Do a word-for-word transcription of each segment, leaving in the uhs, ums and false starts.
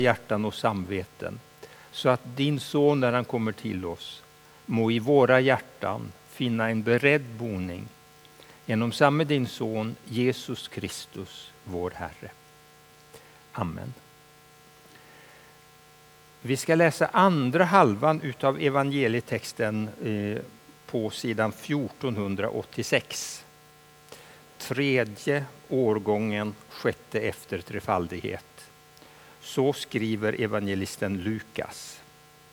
hjärtan och samveten, så att din son när han kommer till oss må i våra hjärtan finna en beredd boning genom samme din son Jesus Kristus, vår Herre. Amen. Vi ska läsa andra halvan utav evangelietexten eh, på sidan fjorton åttiosex. Tredje årgången, sjätte efter trefaldighet. Så skriver evangelisten Lukas.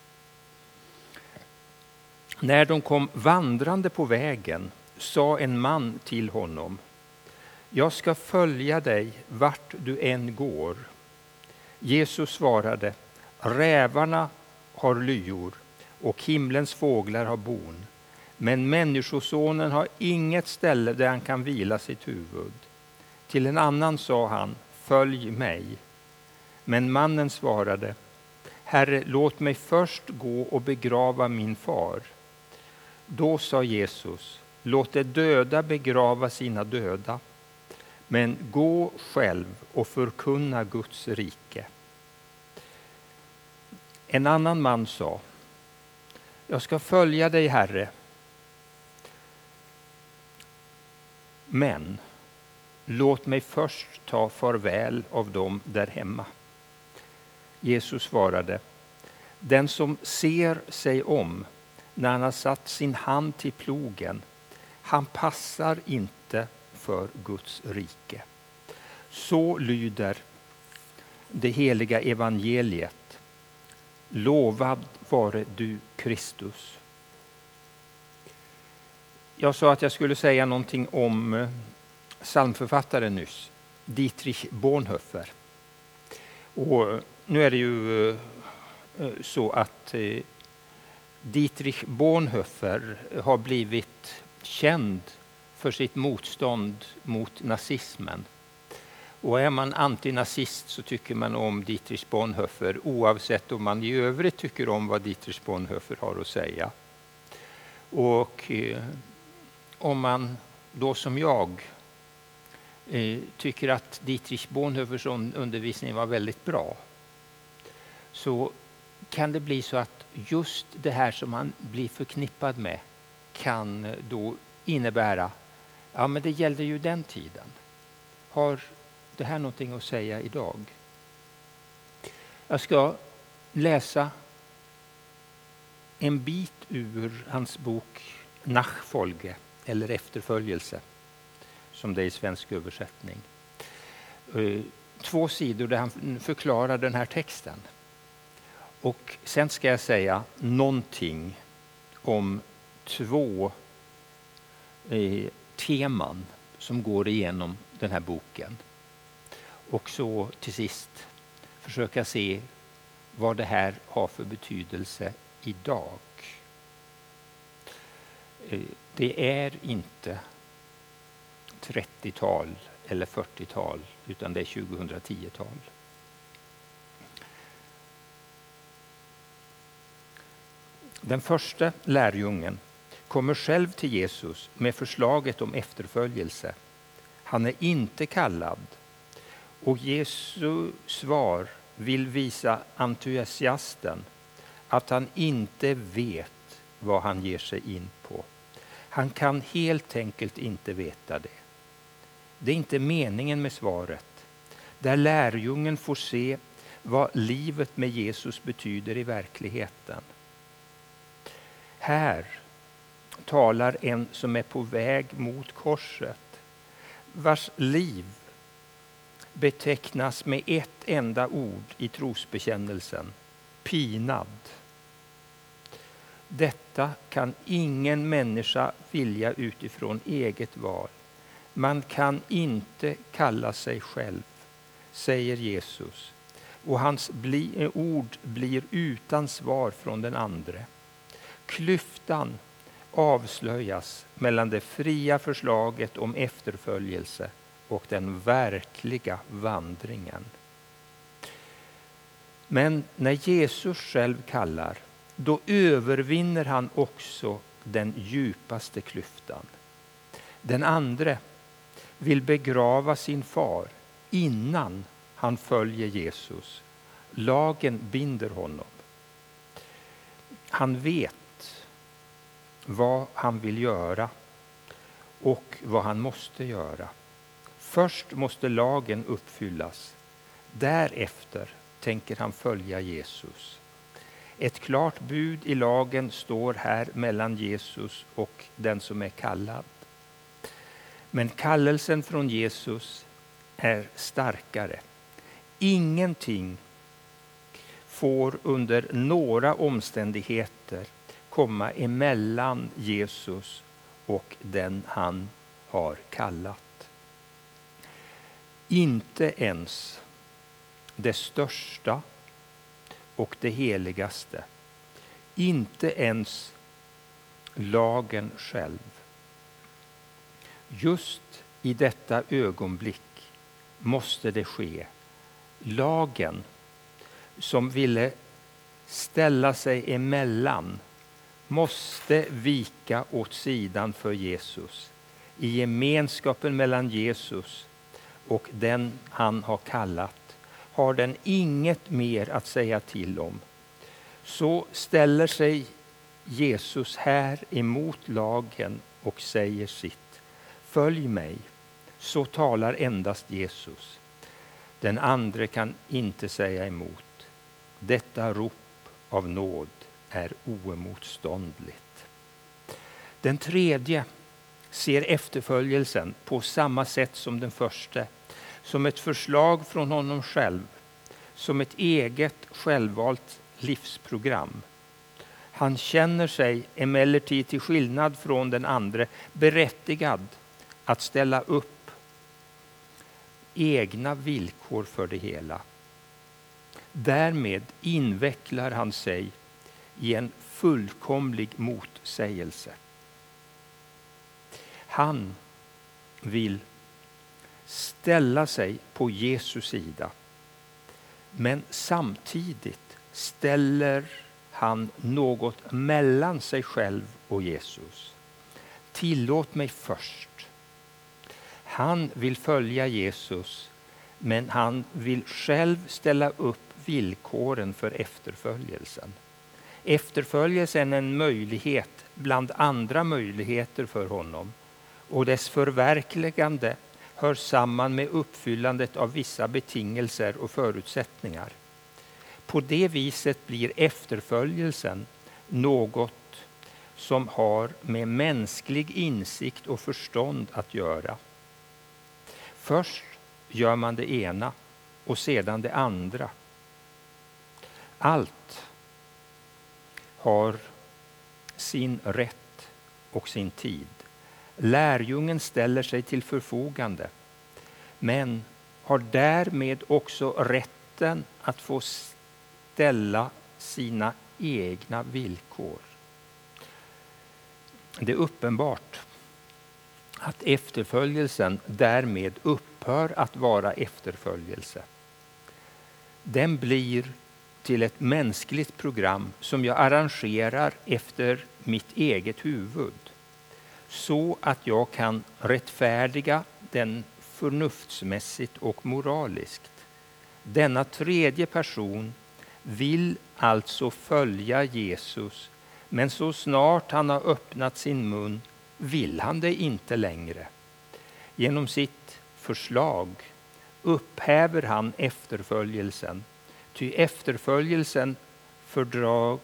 När de kom vandrande på vägen sa en man till honom: jag ska följa dig vart du än går. Jesus svarade: rävarna har lyor och himlens fåglar har bon, men människosonen har inget ställe där han kan vila sitt huvud. Till en annan sa han: följ mig. Men mannen svarade: Herre, låt mig först gå och begrava min far. Då sa Jesus: låt de döda begrava sina döda, men gå själv och förkunna Guds rike. En annan man sa: jag ska följa dig, Herre, men låt mig först ta farväl av dem där hemma. Jesus svarade: den som ser sig om när han har satt sin hand till plogen, han passar inte för Guds rike. Så lyder det heliga evangeliet. Lovad vare du, Kristus. Jag sa att jag skulle säga någonting om psalmförfattaren nyss, Dietrich Bonhoeffer. Och nu är det ju så att Dietrich Bonhoeffer har blivit känd för sitt motstånd mot nazismen. Och är man antinazist så tycker man om Dietrich Bonhoeffer, oavsett om man i övrigt tycker om vad Dietrich Bonhoeffer har att säga. Och eh, om man då som jag eh, tycker att Dietrich Bonhoeffers undervisning var väldigt bra, så kan det bli så att just det här som man blir förknippad med kan då innebära, ja men det gällde ju den tiden. Har det här någonting att säga idag? Jag ska läsa en bit ur hans bok Nachfolge, eller efterföljelse, som det är i svensk översättning. Två sidor där han förklarar den här texten. Och sen ska jag säga någonting om två eh, teman som går igenom den här boken. Och så till sist försöka se vad det här har för betydelse idag. Eh, det är inte trettiotal eller fyrtiotal, utan det är tjugohundratio-tal. Den första lärjungen kommer själv till Jesus med förslaget om efterföljelse. Han är inte kallad, och Jesu svar vill visa entusiasten att han inte vet vad han ger sig in på. Han kan helt enkelt inte veta det. Det är inte meningen med svaret, där lärjungen får se vad livet med Jesus betyder i verkligheten. Här talar en som är på väg mot korset, vars liv betecknas med ett enda ord i trosbekännelsen: pinad. Detta kan ingen människa vilja utifrån eget val. Man kan inte kalla sig själv, säger Jesus, och hans bli, ord blir utan svar från den andre. Klyftan avslöjas mellan det fria förslaget om efterföljelse och den verkliga vandringen. Men när Jesus själv kallar, då övervinner han också den djupaste klyftan. Den andre vill begrava sin far innan han följer Jesus, Lagen binder honom. Han vet vad han vill göra och vad han måste göra. Först måste lagen uppfyllas. Därefter tänker han följa Jesus. Ett klart bud i lagen står här mellan Jesus och den som är kallad. Men kallelsen från Jesus är starkare. Ingenting får under några omständigheter komma emellan Jesus och den han har kallat. Inte ens det största och det heligaste. Inte ens lagen själv. Just i detta ögonblick måste det ske. Lagen som ville ställa sig emellan måste vika åt sidan för Jesus. I gemenskapen mellan Jesus och den han har kallat har den inget mer att säga till om. Så ställer sig Jesus här emot lagen och säger sitt. Följ mig, så talar endast Jesus. Den andra kan inte säga emot. Detta rop av nåd är oemotståndligt. Den tredje ser efterföljelsen på samma sätt som den första, som ett förslag från honom själv, som ett eget självvalt livsprogram. Han känner sig emellertid till skillnad från den andra berättigad att ställa upp egna villkor för det hela. Därmed invecklar han sig i en fullkomlig motsägelse. Han vill ställa sig på Jesu sida, men samtidigt ställer han något mellan sig själv och Jesus. Tillåt mig först. Han vill följa Jesus, men han vill själv ställa upp villkoren för efterföljelsen. Efterföljelsen är en möjlighet bland andra möjligheter för honom, och dess förverkligande hör samman med uppfyllandet av vissa betingelser och förutsättningar. På det viset blir efterföljelsen något som har med mänsklig insikt och förstånd att göra. Först gör man det ena och sedan det andra. Allt har sin rätt och sin tid. Lärjungen ställer sig till förfogande, men har därmed också rätten att få ställa sina egna villkor. Det är uppenbart att efterföljelsen därmed upphör att vara efterföljelse. Den blir till ett mänskligt program som jag arrangerar efter mitt eget huvud, så att jag kan rättfärdiga den förnuftsmässigt och moraliskt. Denna tredje person vill alltså följa Jesus, men så snart han har öppnat sin mun vill han det inte längre. Genom sitt förslag upphäver han efterföljelsen, ty efterföljelsen fördrar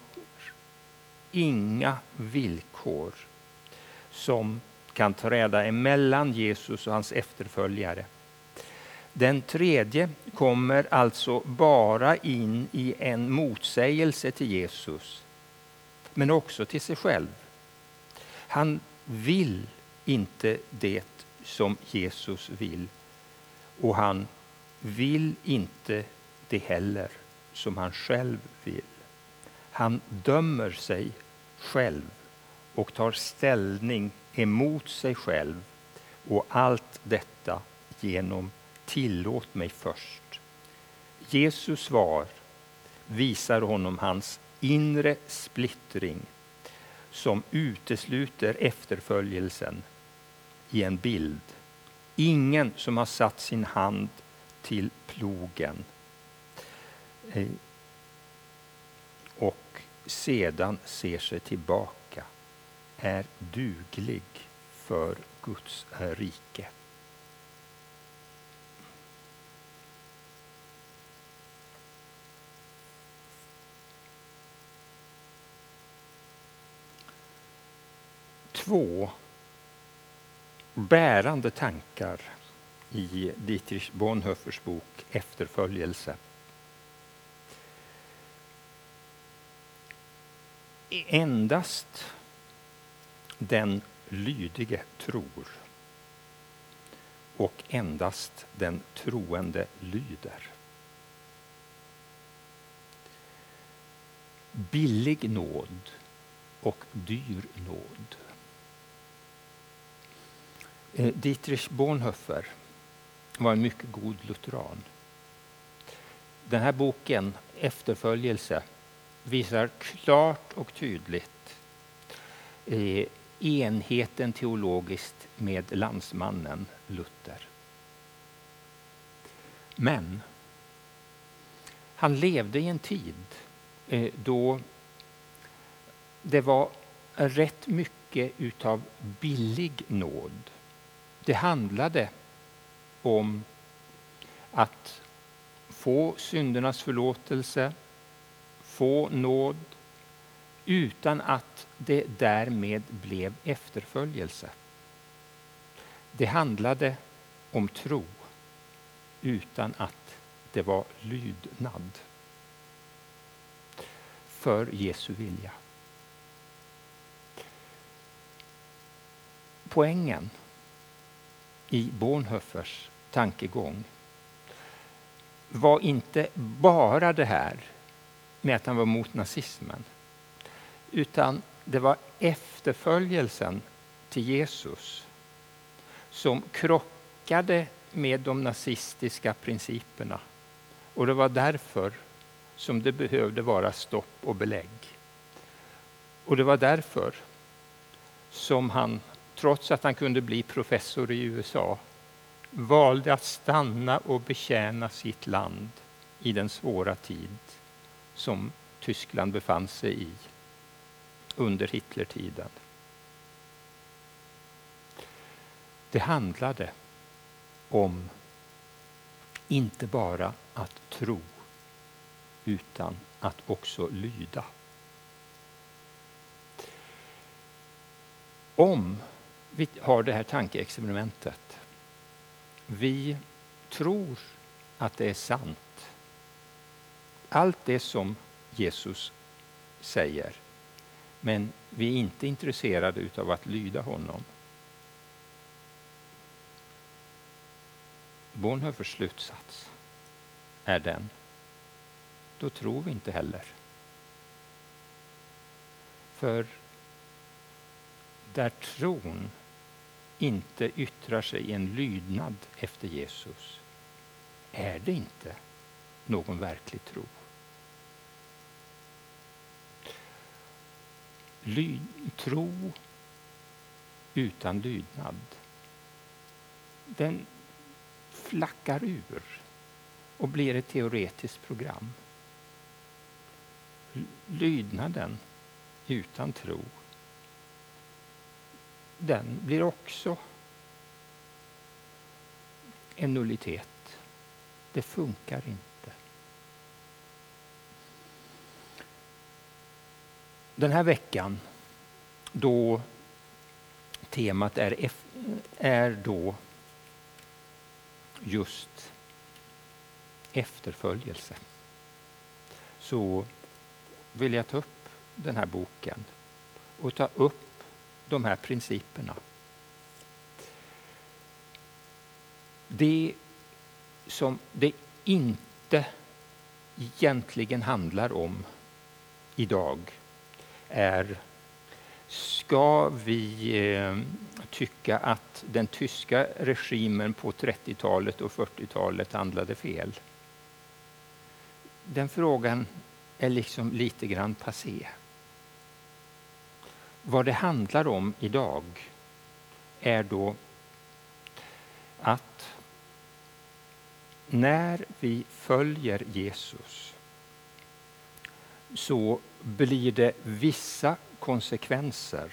inga villkor som kan träda emellan Jesus och hans efterföljare. Den tredje kommer alltså bara in i en motsägelse till Jesus, men också till sig själv. Han vill inte det som Jesus vill, och han vill inte det heller som han själv vill. Han dömer sig själv och tar ställning emot sig själv, och allt detta genom tillåt mig först. Jesus svar visar honom hans inre splittring som utesluter efterföljelsen i en bild. Ingen som har satt sin hand till plogen. och sedan ser sig tillbaka, är duglig för Guds rike. Två bärande tankar i Dietrich Bonhoeffers bok Efterföljelse. Endast den lydige tror och endast den troende lyder. Billig nåd och dyr nåd. Dietrich Bonhoeffer var en mycket god lutheran. Den här boken, Efterföljelse, visar klart och tydligt eh, enheten teologiskt med landsmannen Luther. Men han levde i en tid eh, då det var rätt mycket utav billig nåd. Det handlade om att få syndernas förlåtelse, få nåd, utan att det därmed blev efterföljelse. Det handlade om tro, utan att det var lydnad för Jesu vilja. Poängen i Bonhoeffers tankegång var inte bara det här med att han var mot nazismen, utan det var efterföljelsen till Jesus som krockade med de nazistiska principerna, och det var därför som det behövde vara stopp och belägg. Och det var därför som han, trots att han kunde bli professor i U S A, valde att stanna och betjäna sitt land i den svåra tid som Tyskland befann sig i under Hitlertiden. Det handlade om inte bara att tro, utan att också lyda. Om vi har det här tankeexperimentet, vi tror att det är sant, allt det som Jesus säger, men vi är inte intresserade av att lyda honom. Bonhoeffers slutsats är den: då tror vi inte heller. För där tron inte yttrar sig i en lydnad efter Jesus, är det inte någon verklig tro. Lyd, tro utan lydnad, den flackar ur och blir ett teoretiskt program. Lydnaden utan tro, den blir också en nullitet. Det funkar inte. Den här veckan, då temat är, är då just efterföljelse, så vill jag ta upp den här boken och ta upp de här principerna. Det som det inte egentligen handlar om idag är: ska vi eh, tycka att den tyska regimen på trettiotalet och fyrtiotalet handlade fel? Den frågan är liksom lite grann passé. Vad det handlar om idag är då att när vi följer Jesus så blir det vissa konsekvenser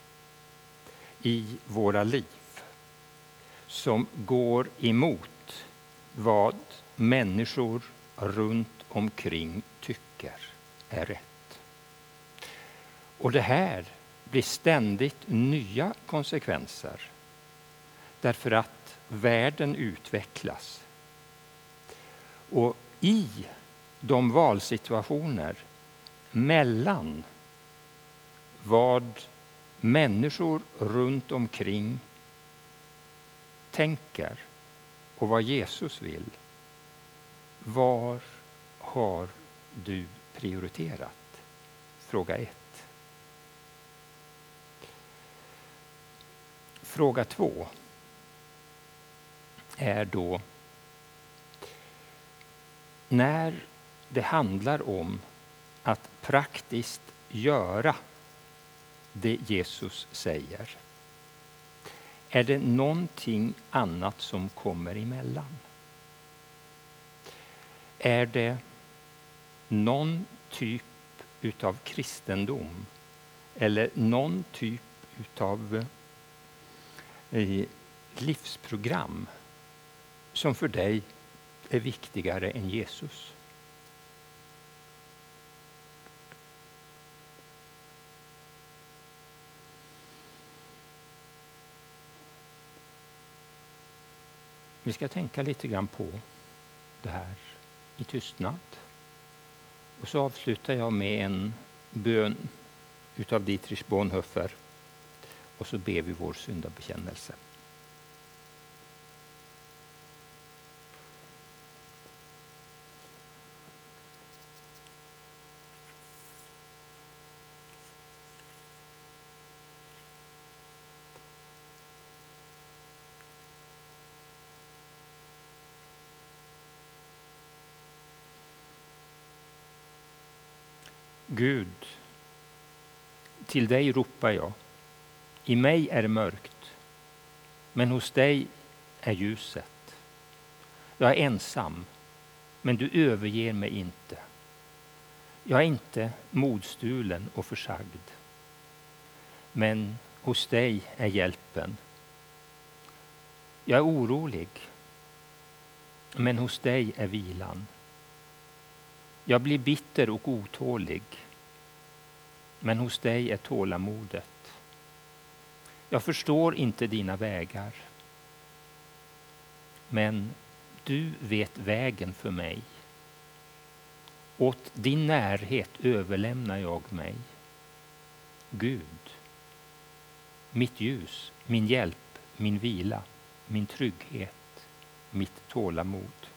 i våra liv som går emot vad människor runt omkring tycker är rätt. Och det här blir ständigt nya konsekvenser därför att världen utvecklas. Och i de valsituationer mellan vad människor runt omkring tänker och vad Jesus vill, var har du prioriterat? Fråga ett. Fråga två är då, när det handlar om att praktiskt göra det Jesus säger, är det någonting annat som kommer emellan? Är det någon typ utav kristendom eller någon typ utav eh, livsprogram som för dig är viktigare än Jesus? Vi ska tänka lite grann på det här i tystnad. Och så avslutar jag med en bön utav Dietrich Bonhoeffer. Och så ber vi vår syndabekännelse. Gud, till dig ropar jag. I mig är det mörkt, men hos dig är ljuset. Jag är ensam, men du överger mig inte. Jag är inte modstulen och försagd, men hos dig är hjälpen. Jag är orolig, men hos dig är vilan. Jag blir bitter och otålig, men hos dig är tålamodet. Jag förstår inte dina vägar, men du vet vägen för mig. Åt din närhet överlämnar jag mig. Gud, mitt ljus, min hjälp, min vila, min trygghet, mitt tålamod.